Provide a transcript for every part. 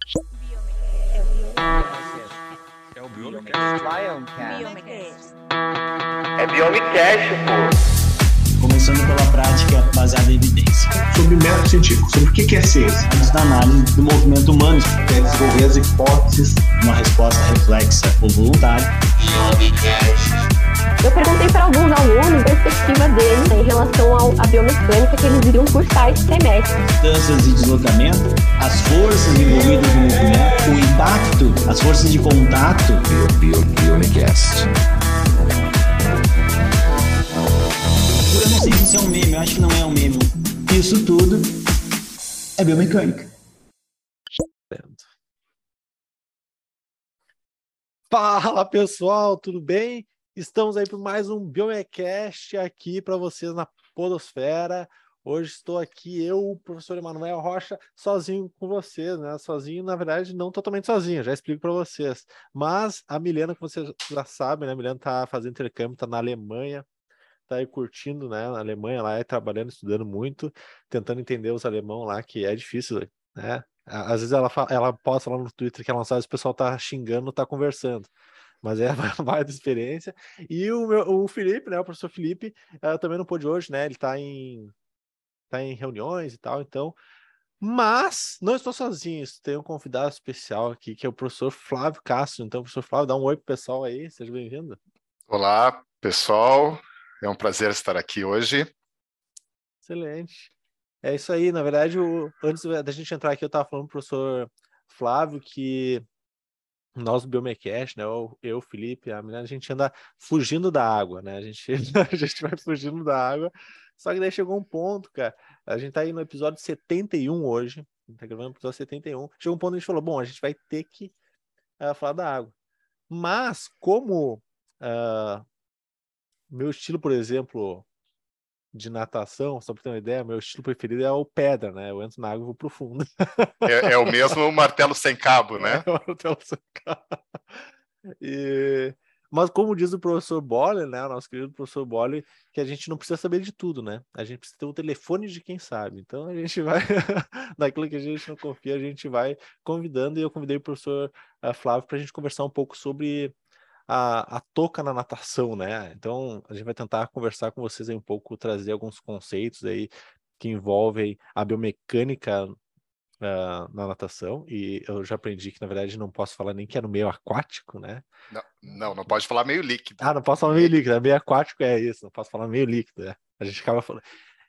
É o Biomecast. É Biomecast, pô. Começando pela prática baseada em evidência. Sobre método científico, sobre o que é ciência. Da análise do movimento humano. É desenvolver as hipóteses. Uma resposta reflexa ou voluntária. Eu perguntei para alguns alunos a perspectiva deles em relação à biomecânica que eles iriam cursar esse semestre. Distâncias e deslocamento, as forças envolvidas no movimento, o impacto, as forças de contato. Biomecast. Eu não sei se isso é um meme, eu acho que não é um meme. Isso tudo é biomecânica. Fala pessoal, tudo bem? Estamos aí para mais um Biomecast aqui para vocês na Podosfera. Hoje estou aqui, eu, o professor Emanuel Rocha, sozinho com vocês, né? Sozinho, na verdade, não totalmente sozinho, já explico para vocês. Mas a Milena, que vocês já sabem, né? A Milena está fazendo intercâmbio, está na Alemanha, está aí curtindo, né? Na Alemanha, lá, trabalhando, estudando muito, tentando entender os alemão lá, que é difícil, né? Às vezes ela posta lá no Twitter que ela não sabe se o pessoal tá xingando ou tá conversando. Mas é uma experiência. E o Felipe, né? O professor Felipe também não pôde hoje, né? Ele tá em reuniões e tal, então. Mas não estou sozinho, tem um convidado especial aqui, que é o professor Flávio Castro. Então, professor Flávio, dá um oi pro pessoal aí, seja bem-vindo. Olá, pessoal. É um prazer estar aqui hoje. Excelente. É isso aí, na verdade, antes da gente entrar aqui, eu estava falando pro professor Flávio que nós do Biomecast, né, eu, Felipe, a menina, a gente anda fugindo da água, né, a gente vai fugindo da água, só que daí chegou um ponto, cara, a gente tá aí no episódio 71 hoje, a gente tá gravando o episódio 71, chegou um ponto que a gente falou, bom, a gente vai ter que falar da água, mas como meu estilo, por exemplo, de natação, só para ter uma ideia, meu estilo preferido é o pedra, né? Eu entro na água e vou pro fundo. É o mesmo martelo sem cabo, né? É o martelo sem cabo. Mas como diz o professor Bolle, né? O nosso querido professor Bolle, que a gente não precisa saber de tudo, né? A gente precisa ter o telefone de quem sabe. Então a gente vai, naquilo que a gente não confia, a gente vai convidando, e eu convidei o professor Flávio para a gente conversar um pouco sobre a touca na natação, né? Então, a gente vai tentar conversar com vocês aí um pouco, trazer alguns conceitos aí que envolvem a biomecânica na natação, e eu já aprendi que, na verdade, não posso falar nem que é no meio aquático, né? Não pode falar meio líquido. Não posso falar meio líquido, meio aquático é isso, não posso falar meio líquido, né? A gente acaba falando...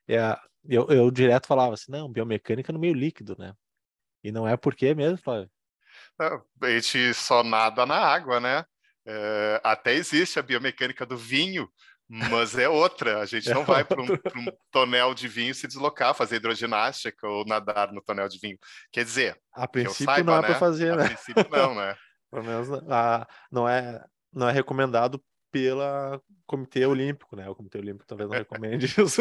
Eu direto falava assim, não, biomecânica no meio líquido, né? E não é porque mesmo, Flávio? A gente só nada na água, né? Até existe a biomecânica do vinho, mas é outra. A gente não vai para um tonel de vinho se deslocar, fazer hidroginástica ou nadar no tonel de vinho. Quer dizer, a princípio saiba, não é né? para fazer, né? A princípio não, né? Pelo menos não é recomendado pelo Comitê Olímpico, né? O Comitê Olímpico talvez não recomende isso.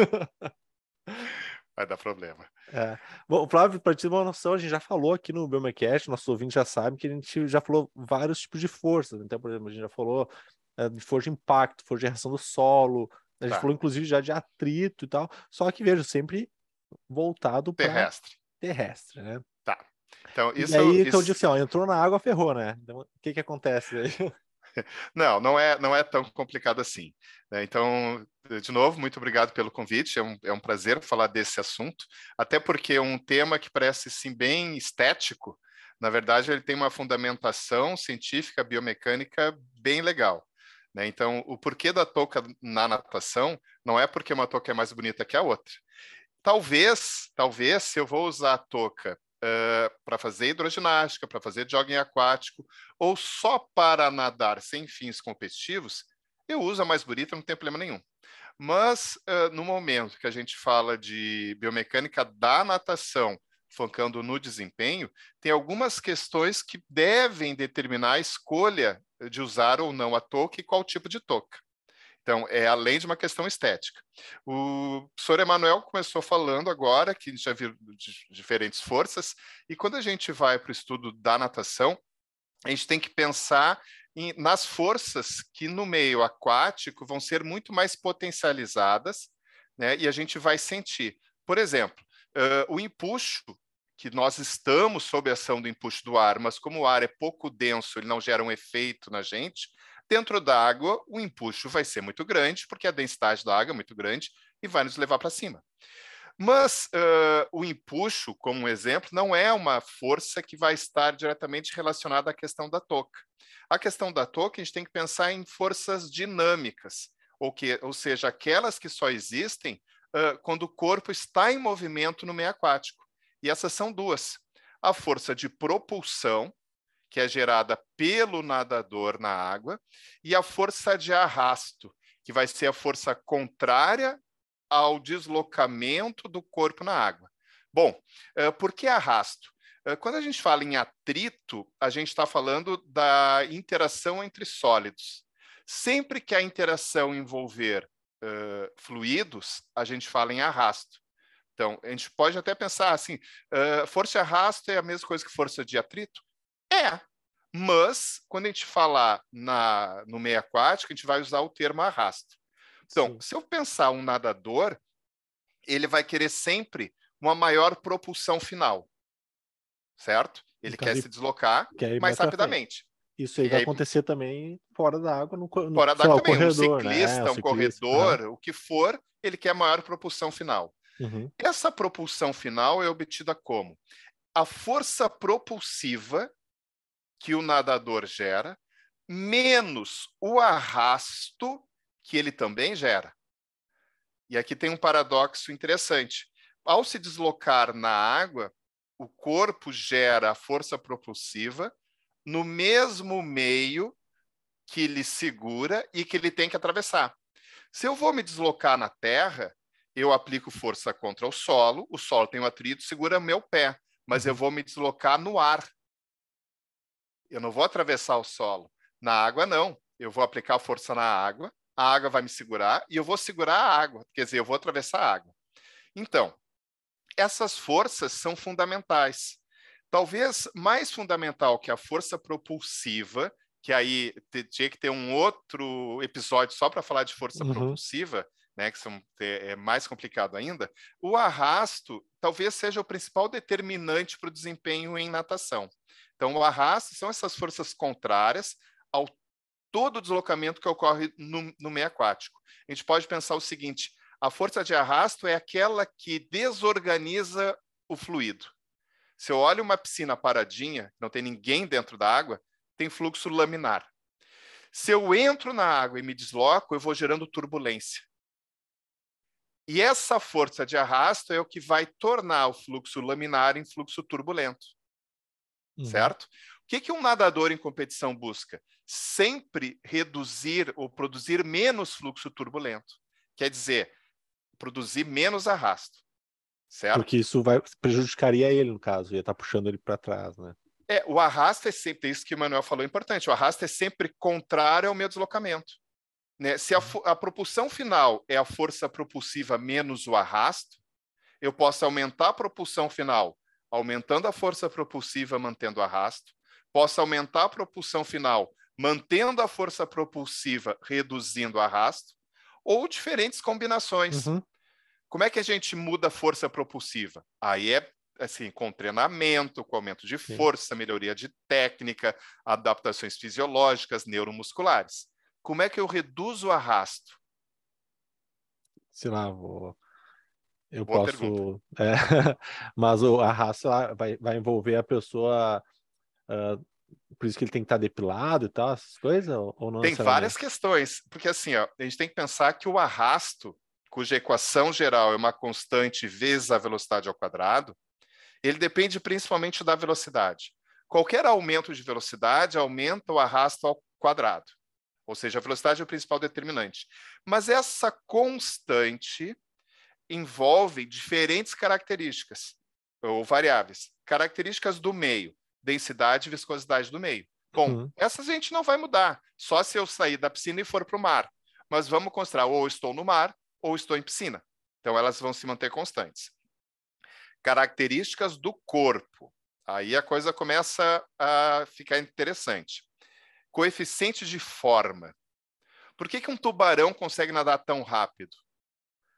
Vai dar problema. Bom, Flávio, para te ter uma noção, a gente já falou aqui no Biomecast, nossos ouvintes já sabem que a gente já falou vários tipos de forças. Então, por exemplo, a gente já falou de força de impacto, força de reação do solo, a gente falou inclusive já de atrito e tal, só que vejo sempre voltado para terrestre, né? Tá. Então, então eu disse assim, entrou na água, ferrou, né? Então, o que acontece aí? Não é tão complicado assim. Então, de novo, muito obrigado pelo convite. É um prazer falar desse assunto, até porque é um tema que parece sim bem estético. Na verdade, ele tem uma fundamentação científica, biomecânica bem legal. Então, o porquê da touca na natação não é porque uma touca é mais bonita que a outra. Talvez, se eu vou usar a touca para fazer hidroginástica, para fazer jogging aquático, ou só para nadar sem fins competitivos, eu uso a mais bonita, não tem problema nenhum. Mas, no momento que a gente fala de biomecânica da natação, focando no desempenho, tem algumas questões que devem determinar a escolha de usar ou não a touca e qual tipo de touca. Então, é além de uma questão estética. O professor Emanuel começou falando agora que a gente já viu diferentes forças, e quando a gente vai para o estudo da natação, a gente tem que pensar nas forças que no meio aquático vão ser muito mais potencializadas, né, e a gente vai sentir. Por exemplo, o empuxo que nós estamos sob a ação do empuxo do ar, mas como o ar é pouco denso, ele não gera um efeito na gente, dentro da água o empuxo vai ser muito grande, porque a densidade da água é muito grande e vai nos levar para cima. Mas o empuxo, como um exemplo, não é uma força que vai estar diretamente relacionada à questão da touca. A questão da touca, a gente tem que pensar em forças dinâmicas, ou seja, aquelas que só existem quando o corpo está em movimento no meio aquático. E essas são duas. A força de propulsão, que é gerada pelo nadador na água, e a força de arrasto, que vai ser a força contrária ao deslocamento do corpo na água. Bom, por que arrasto? Quando a gente fala em atrito, a gente está falando da interação entre sólidos. Sempre que a interação envolver fluidos, a gente fala em arrasto. Então, a gente pode até pensar assim, força de arrasto é a mesma coisa que força de atrito? É, mas quando a gente falar no meio aquático, a gente vai usar o termo arrasto. Então, Sim. se eu pensar um nadador, ele vai querer sempre uma maior propulsão final, certo? Ele quer se deslocar mais rapidamente. Isso aí vai acontecer também fora da água, fora da sei lá, água também. corredor, Um ciclista, né? um corredor, o que for, ele quer maior propulsão final. Uhum. Essa propulsão final é obtida como? A força propulsiva que o nadador gera, menos o arrasto que ele também gera. E aqui tem um paradoxo interessante. Ao se deslocar na água, o corpo gera a força propulsiva no mesmo meio que ele segura e que ele tem que atravessar. Se eu vou me deslocar na terra, eu aplico força contra o solo tem um atrito, segura meu pé, mas eu vou me deslocar no ar. Eu não vou atravessar o solo. Na água, não. Eu vou aplicar força na água, a água vai me segurar e eu vou segurar a água, quer dizer, eu vou atravessar a água. Então, essas forças são fundamentais. Talvez mais fundamental que a força propulsiva, que aí tinha que ter um outro episódio só para falar de força propulsiva, né, que é mais complicado ainda, o arrasto talvez seja o principal determinante para o desempenho em natação. Então, o arrasto são essas forças contrárias ao todo o deslocamento que ocorre no meio aquático. A gente pode pensar o seguinte, a força de arrasto é aquela que desorganiza o fluido. Se eu olho uma piscina paradinha, não tem ninguém dentro da água, tem fluxo laminar. Se eu entro na água e me desloco, eu vou gerando turbulência. E essa força de arrasto é o que vai tornar o fluxo laminar em fluxo turbulento. Certo? O que um nadador em competição busca? Sempre reduzir ou produzir menos fluxo turbulento. Quer dizer, produzir menos arrasto. Certo? Porque isso prejudicaria ele, no caso, ia estar puxando ele para trás, né? O arrasto é sempre, isso que o Manuel falou é importante, o arrasto é sempre contrário ao meu deslocamento. Né? Se a propulsão final é a força propulsiva menos o arrasto, eu posso aumentar a propulsão final aumentando a força propulsiva, mantendo o arrasto. Posso aumentar a propulsão final, mantendo a força propulsiva, reduzindo o arrasto. Ou diferentes combinações. Como é que a gente muda a força propulsiva? Aí é assim, com treinamento, com aumento de força, melhoria de técnica, adaptações fisiológicas, neuromusculares. Como é que eu reduzo o arrasto? Sei lá, eu Boa posso... mas o arrasto vai envolver a pessoa... por isso que ele tem que estar depilado e tal, essas coisas? Ou não tem várias questões. Porque assim, a gente tem que pensar que o arrasto, cuja equação geral é uma constante vezes a velocidade ao quadrado, ele depende principalmente da velocidade. Qualquer aumento de velocidade aumenta o arrasto ao quadrado. Ou seja, a velocidade é o principal determinante. Mas essa constante envolve diferentes características, ou variáveis. Características do meio, densidade e viscosidade do meio. Bom, essas a gente não vai mudar, só se eu sair da piscina e for para o mar. Mas vamos considerar, ou estou no mar, ou estou em piscina. Então, elas vão se manter constantes. Características do corpo. Aí a coisa começa a ficar interessante. Coeficiente de forma. Por que um tubarão consegue nadar tão rápido?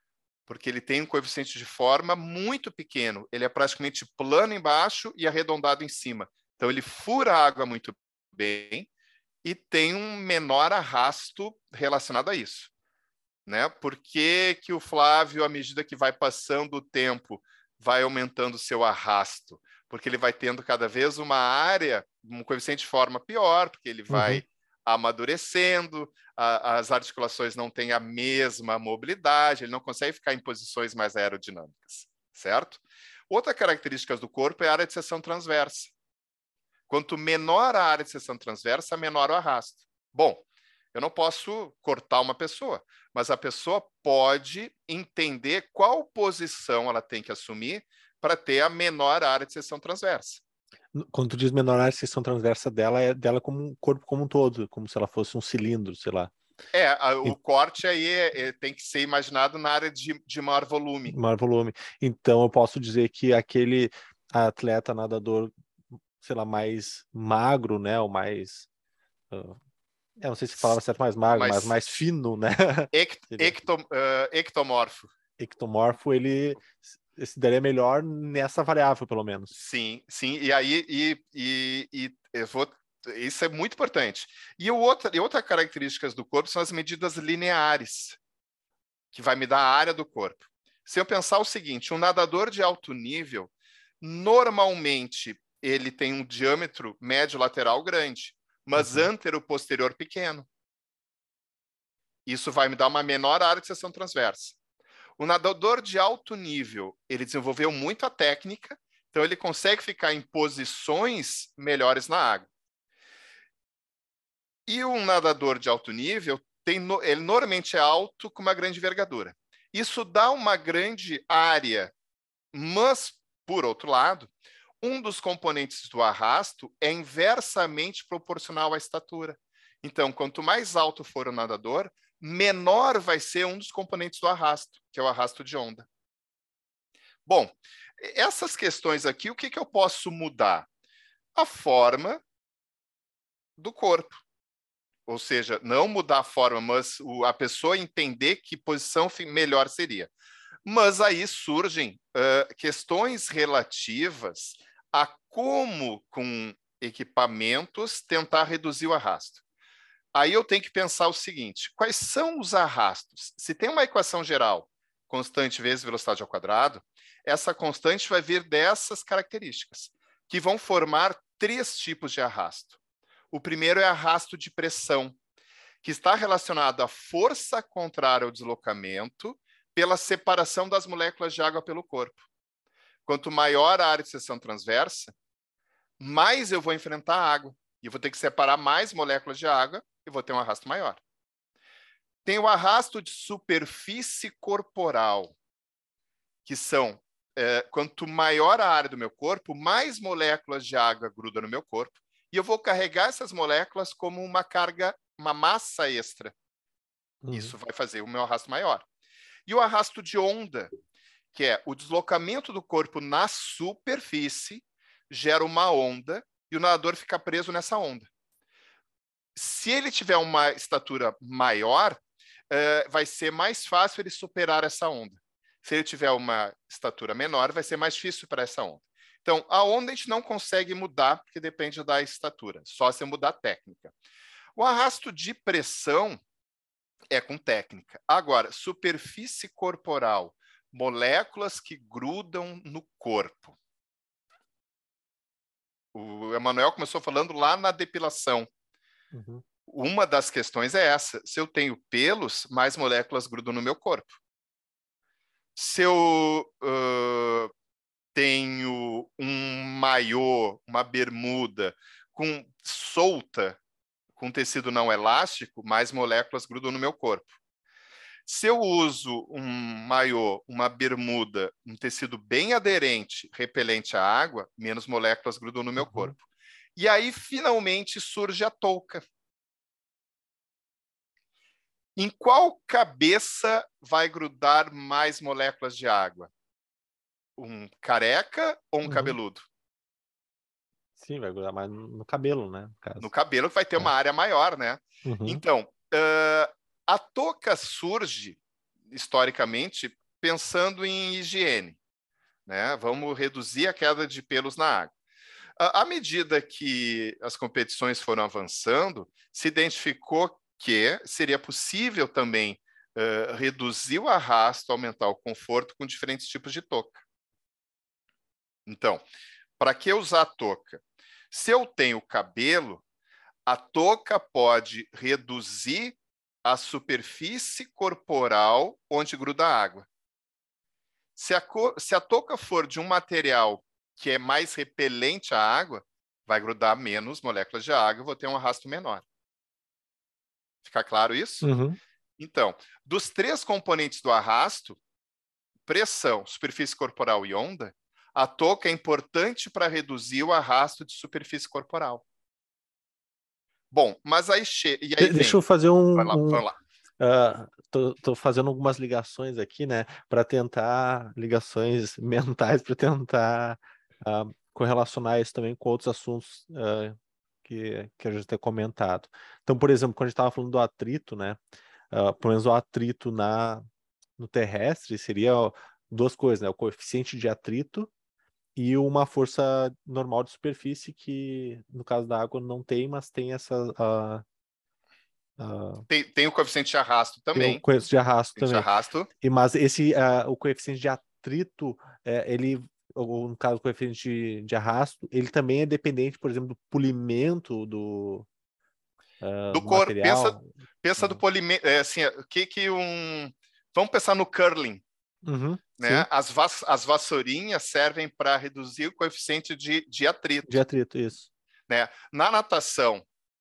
porque ele tem um coeficiente de forma muito pequeno. Ele é praticamente plano embaixo e arredondado em cima. Então, ele fura a água muito bem e tem um menor arrasto relacionado a isso. Né? Por que que o Flávio, à medida que vai passando o tempo, vai aumentando o seu arrasto? Porque ele vai tendo cada vez uma área, um coeficiente de forma pior, porque ele vai amadurecendo, as articulações não têm a mesma mobilidade, ele não consegue ficar em posições mais aerodinâmicas, certo? Outra característica do corpo é a área de seção transversa. Quanto menor a área de seção transversa, menor o arrasto. Bom, eu não posso cortar uma pessoa, mas a pessoa pode entender qual posição ela tem que assumir para ter a menor área de seção transversa. Quando tu diz menor área de seção transversa dela, é dela como um corpo como um todo, como se ela fosse um cilindro, sei lá. O corte aí tem que ser imaginado na área de maior volume. Maior volume. Então, eu posso dizer que aquele atleta nadador, sei lá, mais magro, né, ou mais... eu não sei se a palavra certa mais magro, mas mais fino, né? Ectomorfo. Ectomorfo, ele se daria melhor nessa variável, pelo menos. Sim. E aí, eu vou... Isso é muito importante. E outra característica do corpo são as medidas lineares, que vai me dar a área do corpo. Se eu pensar o seguinte, um nadador de alto nível, normalmente, ele tem um diâmetro médio-lateral grande, mas antero-posterior pequeno. Isso vai me dar uma menor área de seção transversa. O nadador de alto nível, ele desenvolveu muito a técnica, então ele consegue ficar em posições melhores na água. E um nadador de alto nível, ele normalmente é alto com uma grande envergadura. Isso dá uma grande área, mas, por outro lado, um dos componentes do arrasto é inversamente proporcional à estatura. Então, quanto mais alto for o nadador, menor vai ser um dos componentes do arrasto, que é o arrasto de onda. Bom, essas questões aqui, o que eu posso mudar? A forma do corpo. Ou seja, não mudar a forma, mas a pessoa entender que posição melhor seria. Mas aí surgem questões relativas a como, com equipamentos, tentar reduzir o arrasto. Aí eu tenho que pensar o seguinte, quais são os arrastos? Se tem uma equação geral, constante vezes velocidade ao quadrado, essa constante vai vir dessas características, que vão formar 3 tipos de arrasto. O primeiro é arrasto de pressão, que está relacionado à força contrária ao deslocamento pela separação das moléculas de água pelo corpo. Quanto maior a área de seção transversa, mais eu vou enfrentar a água. E eu vou ter que separar mais moléculas de água e vou ter um arrasto maior. Tem o arrasto de superfície corporal, que são, quanto maior a área do meu corpo, mais moléculas de água grudam no meu corpo, e eu vou carregar essas moléculas como uma carga, uma massa extra. Isso vai fazer o meu arrasto maior. E o arrasto de onda, que é o deslocamento do corpo na superfície, gera uma onda, e o nadador fica preso nessa onda. Se ele tiver uma estatura maior, vai ser mais fácil ele superar essa onda. Se ele tiver uma estatura menor, vai ser mais difícil para essa onda. Então, a onda a gente não consegue mudar, porque depende da estatura, só se mudar a técnica. O arrasto de pressão é com técnica. Agora, superfície corporal, moléculas que grudam no corpo. O Emanuel começou falando lá na depilação. Uma das questões é essa. Se eu tenho pelos, mais moléculas grudam no meu corpo. Se eu tenho um maiô, uma bermuda solta, com tecido não elástico, mais moléculas grudam no meu corpo. Se eu uso um maiô, uma bermuda, um tecido bem aderente, repelente à água, menos moléculas grudam no meu corpo. E aí, finalmente, surge a touca. Em qual cabeça vai grudar mais moléculas de água? Um careca ou um cabeludo? Sim, vai grudar mais no cabelo, né? No cabelo vai ter uma área maior, né? Então, a touca surge, historicamente, pensando em higiene, né? Vamos reduzir a queda de pelos na água. À medida que as competições foram avançando, se identificou que seria possível também reduzir o arrasto, aumentar o conforto com diferentes tipos de touca. Então, para que usar a touca? Se eu tenho cabelo, a touca pode reduzir a superfície corporal onde gruda a água. Se a touca for de um material que é mais repelente à água, vai grudar menos moléculas de água, eu vou ter um arrasto menor. Fica claro isso? Uhum. Então, dos 3 componentes do arrasto, pressão, superfície corporal e onda, a touca é importante para reduzir o arrasto de superfície corporal. Bom, mas aí Deixa eu fazer Vamos lá. Tô fazendo algumas ligações aqui, né, para tentar ligações mentais para tentar correlacionar isso também com outros assuntos que a gente tem comentado. Então, por exemplo, quando a gente estava falando do atrito, né, pelo menos o atrito no terrestre seria 2 coisas, né, o coeficiente de atrito e uma força normal de superfície que, no caso da água, não tem, mas tem essa Tem o coeficiente de arrasto tem também. o coeficiente de arrasto também. Mas o coeficiente de atrito, ou no caso o coeficiente de arrasto, ele também é dependente, por exemplo, do polimento do corpo. material. Pensa do polimento, vamos pensar no curling. Uhum, né? As vassourinhas servem para reduzir o coeficiente de atrito. De atrito, isso. Né? Na natação,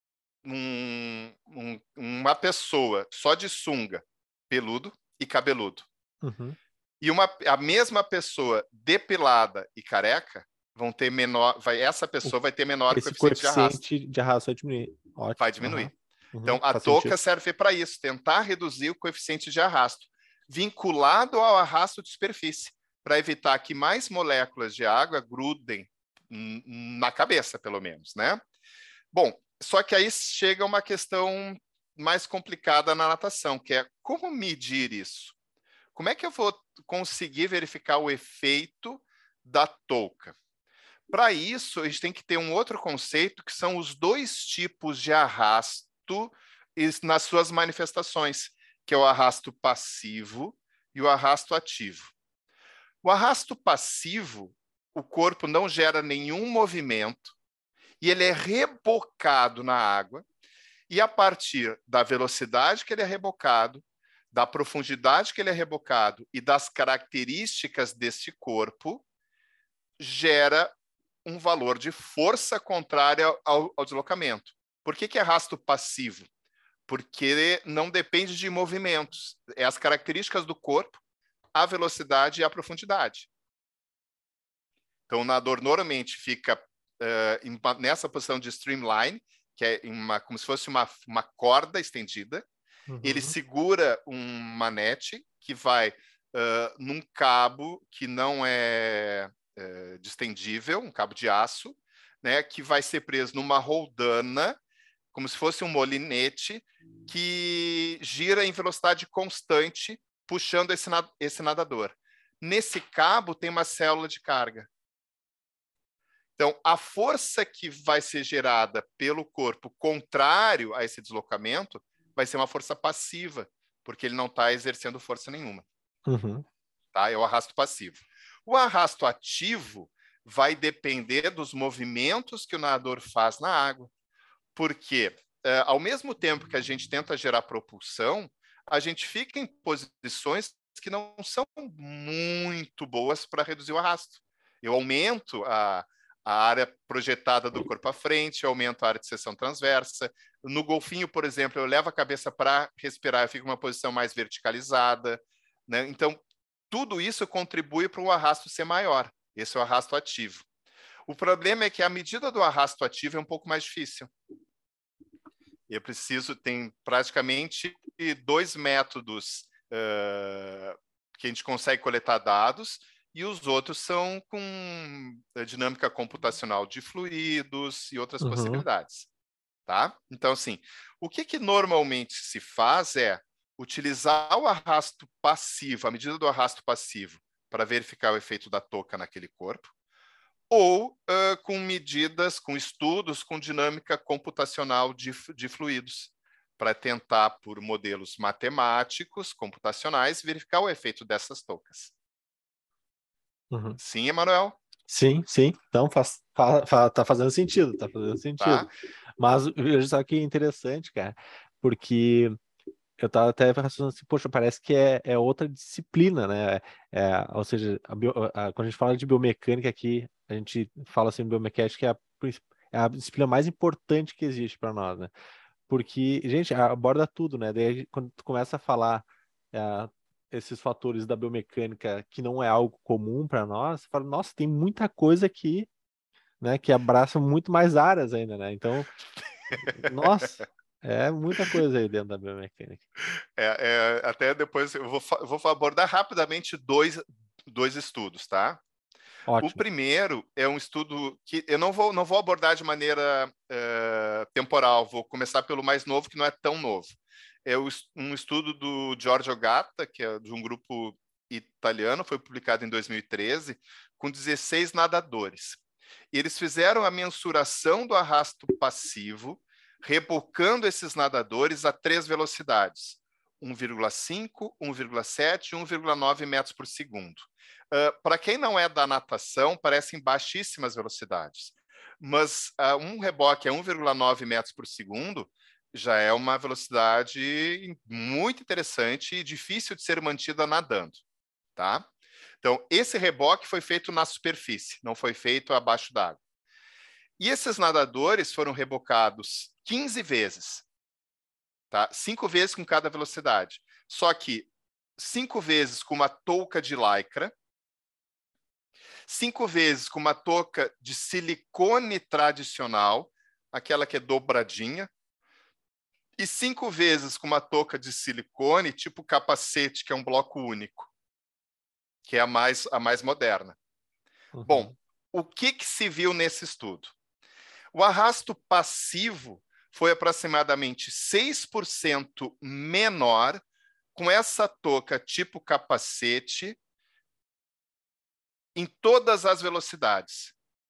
uma pessoa só de sunga, peludo e cabeludo, uhum. e a mesma pessoa depilada e careca vão ter essa pessoa vai ter menor coeficiente de arrasto vai diminuir. Ótimo. Vai diminuir. Uhum. Então, a touca serve para isso, tentar reduzir o coeficiente de arrasto, vinculado ao arrasto de superfície, para evitar que mais moléculas de água grudem na cabeça, pelo menos, né? Bom, só que aí chega uma questão mais complicada na natação, que é como medir isso? Como é que eu vou conseguir verificar o efeito da touca? Para isso, a gente tem que ter um outro conceito, que são os 2 tipos de arrasto nas suas manifestações, que é o arrasto passivo e o arrasto ativo. O arrasto passivo, o corpo não gera nenhum movimento e ele é rebocado na água, e a partir da velocidade que ele é rebocado, da profundidade que ele é rebocado e das características deste corpo, gera um valor de força contrária ao deslocamento. Por que é arrasto passivo? Porque não depende de movimentos. É as características do corpo, a velocidade e a profundidade. Então, o nadador normalmente fica nessa posição de streamline, que é como se fosse uma corda estendida. Uhum. Ele segura um manete que vai num cabo que não é distendível, um cabo de aço, né, que vai ser preso numa roldana, como se fosse um molinete, que gira em velocidade constante, puxando esse nadador. Nesse cabo tem uma célula de carga. Então, a força que vai ser gerada pelo corpo contrário a esse deslocamento vai ser uma força passiva, porque ele não está exercendo força nenhuma. Uhum. Tá? É o arrasto passivo. O arrasto ativo vai depender dos movimentos que o nadador faz na água, porque ao mesmo tempo que a gente tenta gerar propulsão, a gente fica em posições que não são muito boas para reduzir o arrasto. Eu aumento a área projetada do corpo à frente, eu aumento a área de seção transversa. No golfinho, por exemplo, eu levo a cabeça para respirar, eu fico em uma posição mais verticalizada, né? Então, tudo isso contribui para o arrasto ser maior. Esse é o arrasto ativo. O problema é que a medida do arrasto ativo é um pouco mais difícil. Tem praticamente 2 métodos que a gente consegue coletar dados, e os outros são com dinâmica computacional de fluidos e outras possibilidades. Tá? Então, assim, o que normalmente se faz é utilizar o arrasto passivo, a medida do arrasto passivo, para verificar o efeito da touca naquele corpo, ou com medidas, com estudos, com dinâmica computacional de fluidos, para tentar, por modelos matemáticos, computacionais, verificar o efeito dessas toucas. Uhum. Sim, Emanuel? Sim, sim. Então tá fazendo sentido, tá fazendo sentido. Tá? Mas veja só que interessante, cara, porque eu tava até pensando assim, poxa, parece que é outra disciplina, né? Ou seja, quando a gente fala de biomecânica aqui, a gente fala assim, biomecânica que é a disciplina mais importante que existe para nós, né? Porque, gente, aborda tudo, né? Daí quando tu começa a falar é, esses fatores da biomecânica que não é algo comum para nós, você fala, nossa, tem muita coisa aqui, né? Que abraça muito mais áreas ainda, né? Então, nossa, é muita coisa aí dentro da biomecânica. Até depois eu vou abordar rapidamente dois estudos, tá? O Ótimo. primeiro é um estudo que eu não vou abordar de maneira temporal, vou começar pelo mais novo, que não é tão novo. É um estudo do Giorgio Gatta, que é de um grupo italiano, foi publicado em 2013, com 16 nadadores. E eles fizeram a mensuração do arrasto passivo, rebocando esses nadadores a 3 velocidades, 1,5, 1,7 e 1,9 metros por segundo. Para quem não é da natação, parecem baixíssimas velocidades, mas um reboque a 1,9 metros por segundo já é uma velocidade muito interessante e difícil de ser mantida nadando, tá? Então, esse reboque foi feito na superfície, não foi feito abaixo d'água. E esses nadadores foram rebocados 15 vezes, tá? 5 vezes com cada velocidade. Só que 5 vezes com uma touca de lycra, 5 vezes com uma touca de silicone tradicional, aquela que é dobradinha, e 5 vezes com uma touca de silicone, tipo capacete, que é um bloco único, que é a mais moderna. Uhum. Bom, o que se viu nesse estudo? O arrasto passivo foi aproximadamente 6% menor com essa touca tipo capacete em todas as velocidades.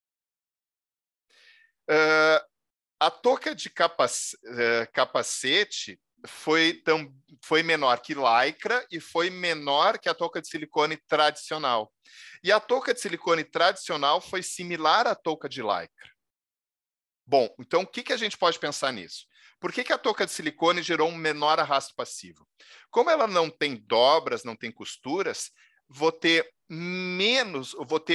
A touca de capacete foi menor que lycra e foi menor que a touca de silicone tradicional. E a touca de silicone tradicional foi similar à touca de lycra. Bom, então o que a gente pode pensar nisso? Por que a touca de silicone gerou um menor arrasto passivo? Como ela não tem dobras, não tem costuras, vou ter menos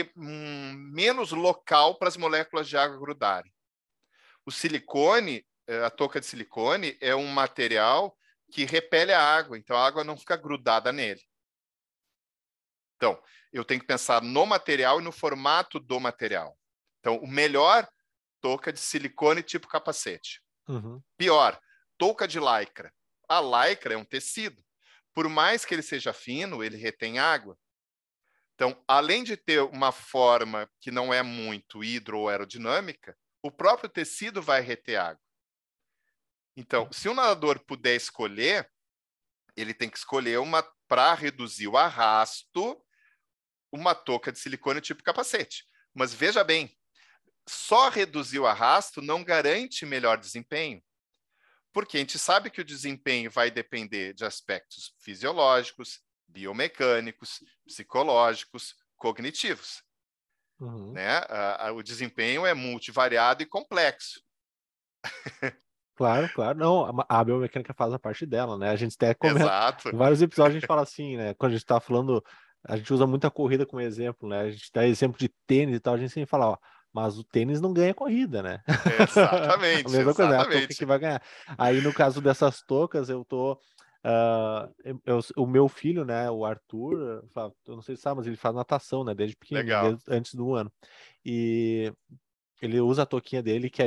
local para as moléculas de água grudarem. O silicone, a touca de silicone, é um material que repele a água, então a água não fica grudada nele. Então, eu tenho que pensar no material e no formato do material. Então, o melhor, touca de silicone tipo capacete. Uhum. Pior, touca de lycra. A lycra é um tecido. Por mais que ele seja fino, ele retém água. Então, além de ter uma forma que não é muito hidroaerodinâmica, o próprio tecido vai reter água. Então, se o nadador puder escolher, ele tem que escolher para reduzir o arrasto, uma touca de silicone tipo capacete. Mas veja bem, só reduzir o arrasto não garante melhor desempenho, porque a gente sabe que o desempenho vai depender de aspectos fisiológicos, biomecânicos, psicológicos, cognitivos. Uhum. Né? O desempenho é multivariado e complexo. Claro, claro. Não, a biomecânica faz a parte dela, né? A gente até comenta, Exato. em vários episódios a gente fala assim, né? Quando a gente tá falando, a gente usa muito a corrida como exemplo, né? A gente dá exemplo de tênis e tal, a gente sempre fala, ó, mas o tênis não ganha corrida, né? A Exatamente, mesma coisa, é a touca que exatamente. vai ganhar. Aí no caso dessas toucas, eu tô. O meu filho, né, o Arthur, eu não sei se sabe, mas ele faz natação, né, desde pequenininho, Legal. desde antes do ano. E ele usa a touquinha dele que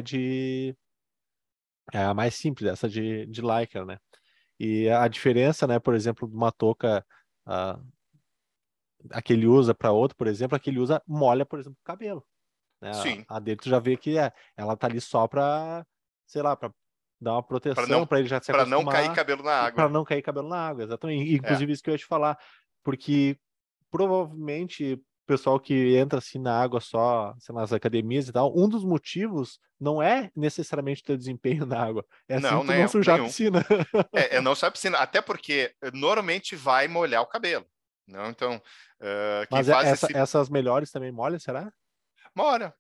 é a mais simples, essa de lycra, né? E a diferença, né, por exemplo, de uma touca ah, a que ele usa para outro, por exemplo, a que ele usa molha, por exemplo, o cabelo, né? Sim. A dele tu já vê que ela tá ali só para, sei lá, para dá uma proteção para ele já se para não cair acostumar, cabelo na para água. não cair cabelo na água, exatamente. E, inclusive isso que eu ia te falar, porque provavelmente o pessoal que entra assim na água só, sei lá, nas academias e tal, um dos motivos não é necessariamente ter desempenho na água, é assim Não, tu não sujar a nenhum. piscina. É não sujar a piscina, até porque normalmente vai molhar o cabelo. Não? Então, quem Mas faz esse... essas melhores também molham, será? molha.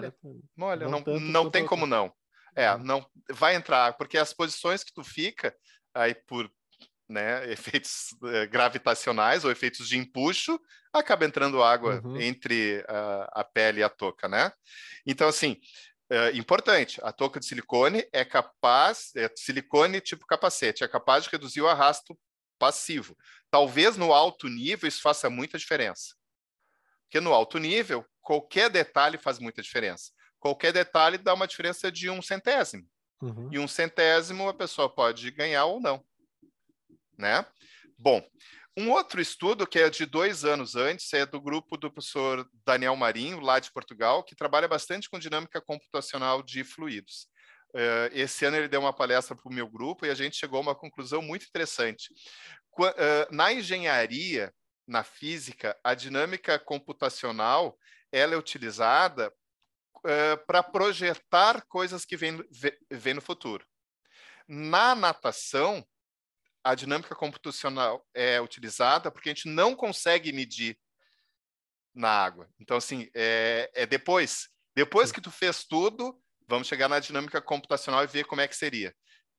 Não tanto Não quanto tem a como outra. não. Não vai entrar, porque as posições que tu fica aí por, né, efeitos gravitacionais ou efeitos de empuxo, acaba entrando água Uhum. entre a pele e a touca, né? Então, assim, importante, a touca de silicone é silicone tipo capacete, é capaz de reduzir o arrasto passivo. Talvez no alto nível isso faça muita diferença. Porque no alto nível, qualquer detalhe faz muita diferença. Qualquer detalhe dá uma diferença de 1/100. Uhum. E 1/100 a pessoa pode ganhar ou não. Né? Bom, um outro estudo que é de 2 anos antes é do grupo do professor Daniel Marinho, lá de Portugal, que trabalha bastante com dinâmica computacional de fluidos. Esse ano ele deu uma palestra para o meu grupo e a gente chegou a uma conclusão muito interessante. Na engenharia, na física, a dinâmica computacional ela é utilizada para projetar coisas que vêm no futuro. Na natação, a dinâmica computacional é utilizada porque a gente não consegue medir na água. Então, assim, depois que tu fez tudo, vamos chegar na dinâmica computacional e ver como é que seria.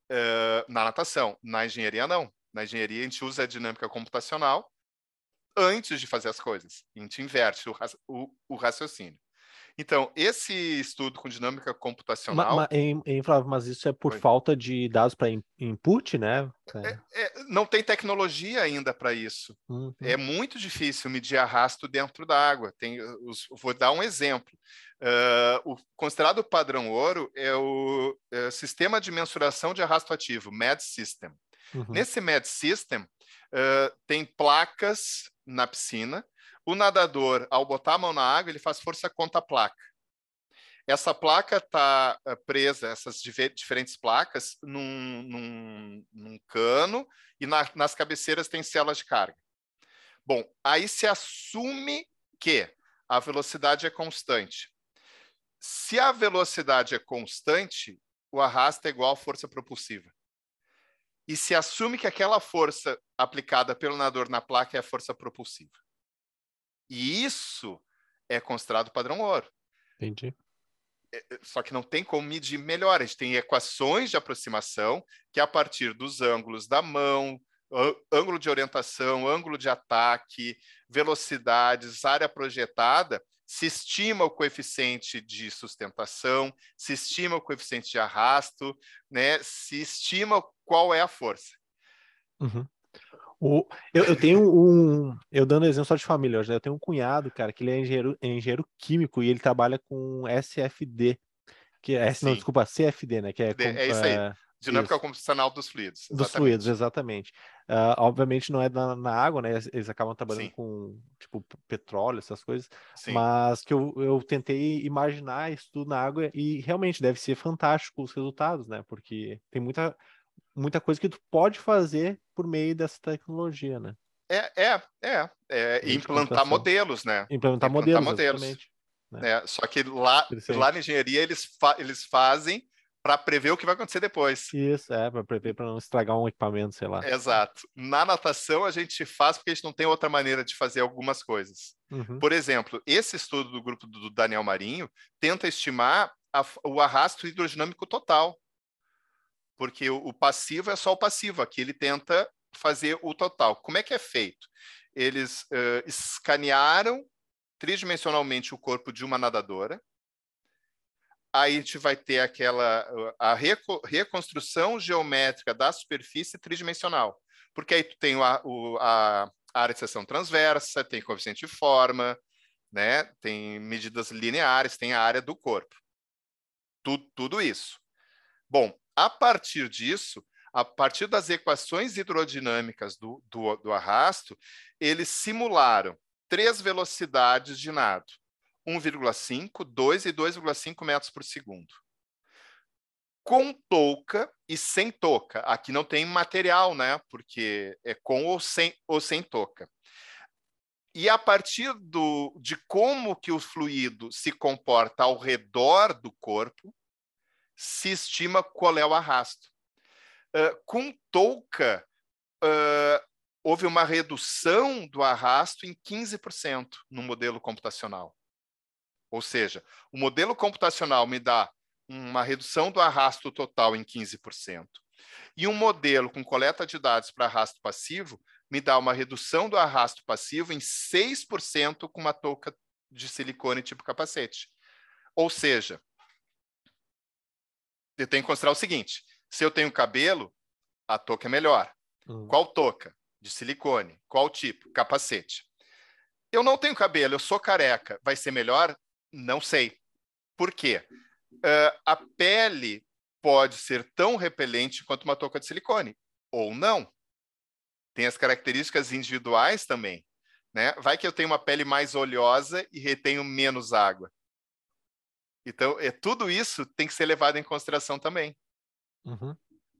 Na natação, na engenharia, não. Na engenharia, a gente usa a dinâmica computacional antes de fazer as coisas. A gente inverte o raciocínio. Então, esse estudo com dinâmica computacional... Flávio, mas isso é por Oi. falta de dados para input, né? Não tem tecnologia ainda para isso. Uhum. É muito difícil medir arrasto dentro da água. Vou dar um exemplo. O considerado padrão ouro é o Sistema de Mensuração de Arrasto Ativo, MED System. Uhum. Nesse MED System, tem placas na piscina. O nadador, ao botar a mão na água, ele faz força contra a placa. Essa placa está presa, essas diferentes placas, num cano e nas cabeceiras tem celas de carga. Bom, aí se assume que a velocidade é constante. Se a velocidade é constante, o arrasto é igual à força propulsiva. E se assume que aquela força aplicada pelo nadador na placa é a força propulsiva. E isso é considerado padrão ouro. Entendi. Só que não tem como medir melhor. A gente tem equações de aproximação que, a partir dos ângulos da mão, ângulo de orientação, ângulo de ataque, velocidades, área projetada, se estima o coeficiente de sustentação, se estima o coeficiente de arrasto, né? Se estima qual é a força. Uhum. Eu tenho eu dando exemplo só de família hoje, né? Eu tenho um cunhado, cara, que ele é engenheiro químico e ele trabalha com SFD, que é, não, desculpa, CFD, né? Que É isso aí, dinâmica computacional dos fluidos. Dos fluidos, exatamente. Obviamente não é na água, né? Eles acabam trabalhando com, tipo, petróleo, essas coisas, mas que eu tentei imaginar isso tudo na água e realmente deve ser fantástico os resultados, né? Porque tem muita coisa que tu pode fazer por meio dessa tecnologia, né? Implantar modelos, né? Implementar modelos. Exatamente. Né? Só que lá na engenharia eles fazem para prever o que vai acontecer depois. Isso, para prever, para não estragar um equipamento, sei lá. Exato. Na natação a gente faz porque a gente não tem outra maneira de fazer algumas coisas. Uhum. Por exemplo, esse estudo do grupo do Daniel Marinho tenta estimar o arrasto hidrodinâmico total. Porque o passivo é só o passivo, aqui ele tenta fazer o total. Como é que é feito? Eles escanearam tridimensionalmente o corpo de uma nadadora, aí a gente vai ter a reconstrução geométrica da superfície tridimensional, porque aí tu tem a área de seção transversa, tem coeficiente de forma, né? Tem medidas lineares, tem a área do corpo. Tudo isso. Bom, a partir disso, a partir das equações hidrodinâmicas do arrasto, eles simularam 3 velocidades de nado, 1,5, 2 e 2,5 metros por segundo. com touca e sem touca. Aqui não tem material, né? Porque é com ou sem touca. E a partir de como que o fluido se comporta ao redor do corpo, se estima qual é o arrasto. Com touca, houve uma redução do arrasto em 15% no modelo computacional. Ou seja, o modelo computacional me dá uma redução do arrasto total em 15%. E um modelo com coleta de dados para arrasto passivo me dá uma redução do arrasto passivo em 6% com uma touca de silicone tipo capacete. Ou seja, eu tenho que considerar o seguinte: se eu tenho cabelo, a touca é melhor. Qual touca? De silicone. Qual tipo? Capacete. Eu não tenho cabelo, eu sou careca. Vai ser melhor? Não sei. Por quê? A pele pode ser tão repelente quanto uma touca de silicone, ou não. Tem as características individuais também, né? Vai que eu tenho uma pele mais oleosa e retenho menos água. Então, tudo isso tem que ser levado em consideração também. Uhum.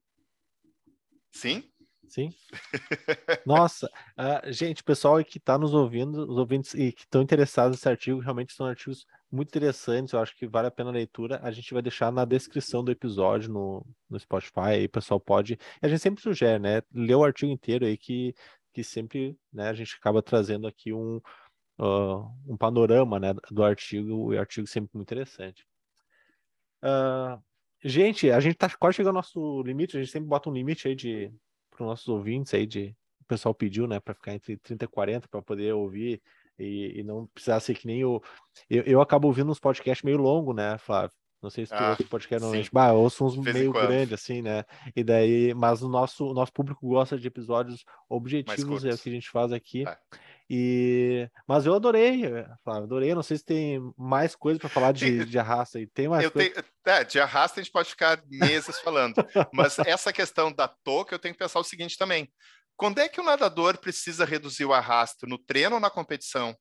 Sim? Sim. Nossa, gente, o pessoal que está nos ouvindo, os ouvintes e que estão interessados nesse artigo, realmente são artigos muito interessantes, eu acho que vale a pena a leitura. A gente vai deixar na descrição do episódio no Spotify, aí o pessoal pode. E a gente sempre sugere, né? Ler o artigo inteiro aí que sempre, né, a gente acaba trazendo aqui um panorama, né, do artigo, e o artigo sempre muito interessante. Gente, a gente tá quase chegando ao nosso limite, a gente sempre bota um limite aí para os nossos ouvintes aí, o pessoal pediu, né, para ficar entre 30 e 40 para poder ouvir e não precisar ser que nem eu acabo ouvindo uns podcasts meio longo, né, Flávio? Não sei se tu ouve podcast normalmente. Sim. Eu ouço uns De vez em meio quando. grandes, assim, né? E daí, mas o nosso público gosta de episódios objetivos, é o que a gente faz aqui. Mas eu adorei, Flávio, adorei. Não sei se tem mais coisa para falar de arrasto aí. Tem mais coisa? De arrasto a gente pode ficar meses falando. Mas essa questão da touca, eu tenho que pensar o seguinte também. Quando é que o nadador precisa reduzir o arrasto? No treino ou na competição?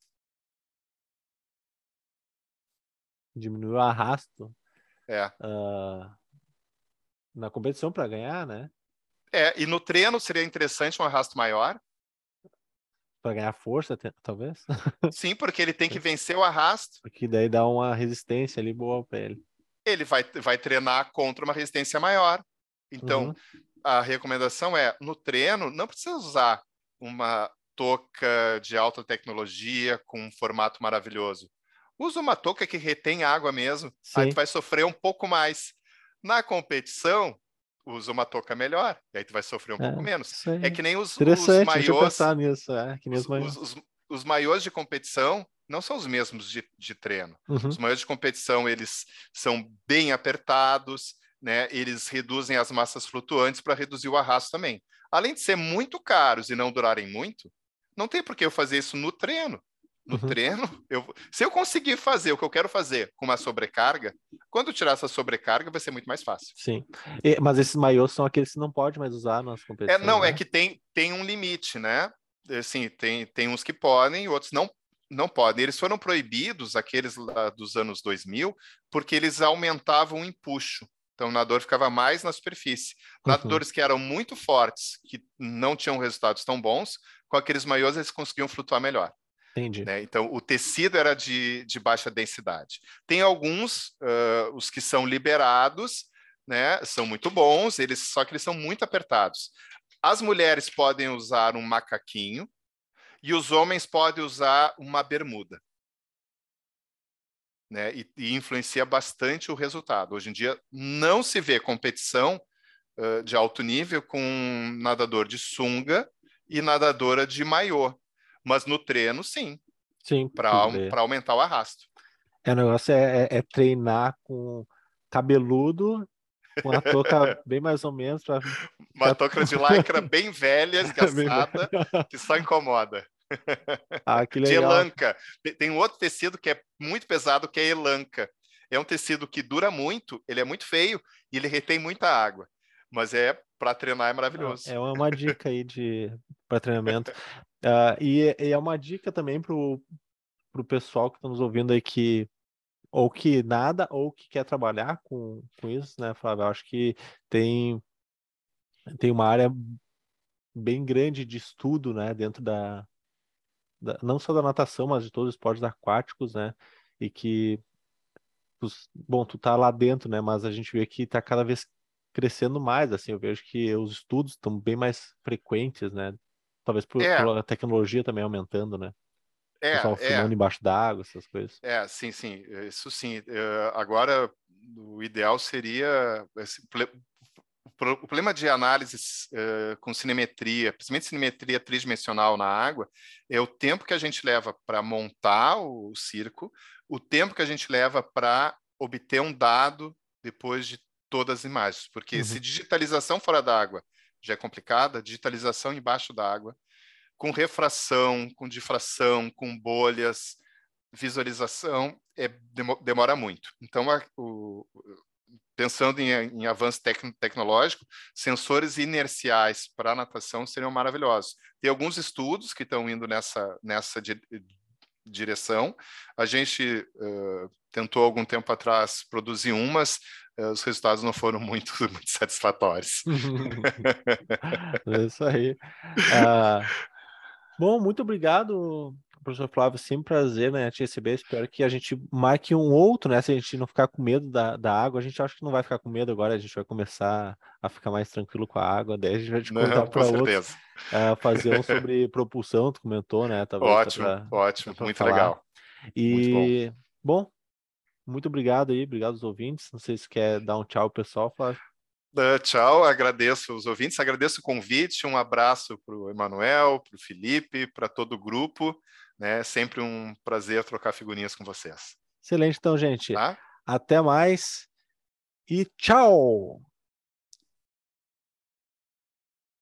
Diminuir o arrasto É. Na competição para ganhar, né? E no treino seria interessante um arrasto maior? Para ganhar força, talvez? Sim, porque ele tem que vencer o arrasto. Porque daí dá uma resistência ali boa à pele. Ele vai treinar contra uma resistência maior. Então, a recomendação é, no treino, não precisa usar uma touca de alta tecnologia com um formato maravilhoso. Usa uma touca que retém água mesmo. Sim. Aí tu vai sofrer um pouco mais. Na competição, usa uma touca melhor. E aí tu vai sofrer um pouco menos. É que nem os maiôs. Os maiôs de competição não são os mesmos de treino. Os maiôs de competição, eles são bem apertados, né? Eles reduzem as massas flutuantes para reduzir o arrasto também. Além de ser muito caros e não durarem muito, não tem por que eu fazer isso no treino. No treino, se eu conseguir fazer o que eu quero fazer com uma sobrecarga, quando tirar essa sobrecarga vai ser muito mais fácil. Sim. Mas esses maiôs são aqueles que não pode mais usar nas competições. Não, né? é que tem um limite, né? Assim, tem uns que podem e outros não podem. Eles foram proibidos, aqueles lá dos anos 2000, porque eles aumentavam o empuxo. Então o nadador ficava mais na superfície. Nadadores que eram muito fortes, que não tinham resultados tão bons, com aqueles maiôs eles conseguiam flutuar melhor. Entendi. Né? Então, o tecido era de baixa densidade. Tem alguns, os que são liberados, né? São muito bons, só que eles são muito apertados. As mulheres podem usar um macaquinho e os homens podem usar uma bermuda. Né? E influencia bastante o resultado. Hoje em dia, não se vê competição de alto nível com nadador de sunga e nadadora de maiô. Mas no treino, sim. Sim. Para aumentar o arrasto. O negócio é treinar com cabeludo, com a touca bem mais ou menos. Uma touca de lycra bem velha, esgaçada, que só incomoda. Que legal. De elanca. Tem um outro tecido que é muito pesado, que é elanca. É um tecido que dura muito, ele é muito feio e ele retém muita água. Mas para treinar é maravilhoso. É uma dica aí para treinamento. E é uma dica também para o pessoal que está nos ouvindo aí que ou que nada, ou que quer trabalhar com isso, né, Flávio? Eu acho que tem uma área bem grande de estudo, né, dentro não só da natação, mas de todos os esportes aquáticos, né, e que, bom, tu tá lá dentro, né, mas a gente vê que tá cada vez crescendo mais, assim, eu vejo que os estudos estão bem mais frequentes, né, talvez É, pela tecnologia também aumentando, né, o pessoal filmando é. embaixo d'água, essas coisas. Sim, sim, isso sim. Agora, o ideal seria o problema de análises com cinemetria, principalmente cinemetria tridimensional na água, é o tempo que a gente leva para montar o circo, o tempo que a gente leva para obter um dado depois de todas as imagens. Porque se digitalização fora d'água já é complicada, digitalização embaixo d'água, com refração, com difração, com bolhas, visualização, demora muito. Então, pensando em avanço tecnológico, sensores inerciais para natação seriam maravilhosos. Tem alguns estudos que estão indo nessa direção. A gente tentou, algum tempo atrás, produzir mas os resultados não foram muito, muito satisfatórios. É isso aí. Bom, muito obrigado, professor Flávio. Sempre um prazer, né, te receber. Espero que a gente marque um outro, né? Se a gente não ficar com medo da água, a gente acha que não vai ficar com medo agora, a gente vai começar a ficar mais tranquilo com a água. Daí a gente vai te convidar Não, com para outros, certeza. fazer um sobre propulsão, tu comentou, né? Talvez Ótimo, dá ótimo, para muito falar. legal. Muito bom. E, bom, muito obrigado aí, obrigado aos ouvintes. Não sei se quer dar um tchau, pessoal, Flávio. Tchau, agradeço os ouvintes, agradeço o convite, um abraço para o Emanuel, para o Felipe, para todo o grupo, né? Sempre um prazer trocar figurinhas com vocês. Excelente, então, gente. Tá? Até mais e tchau!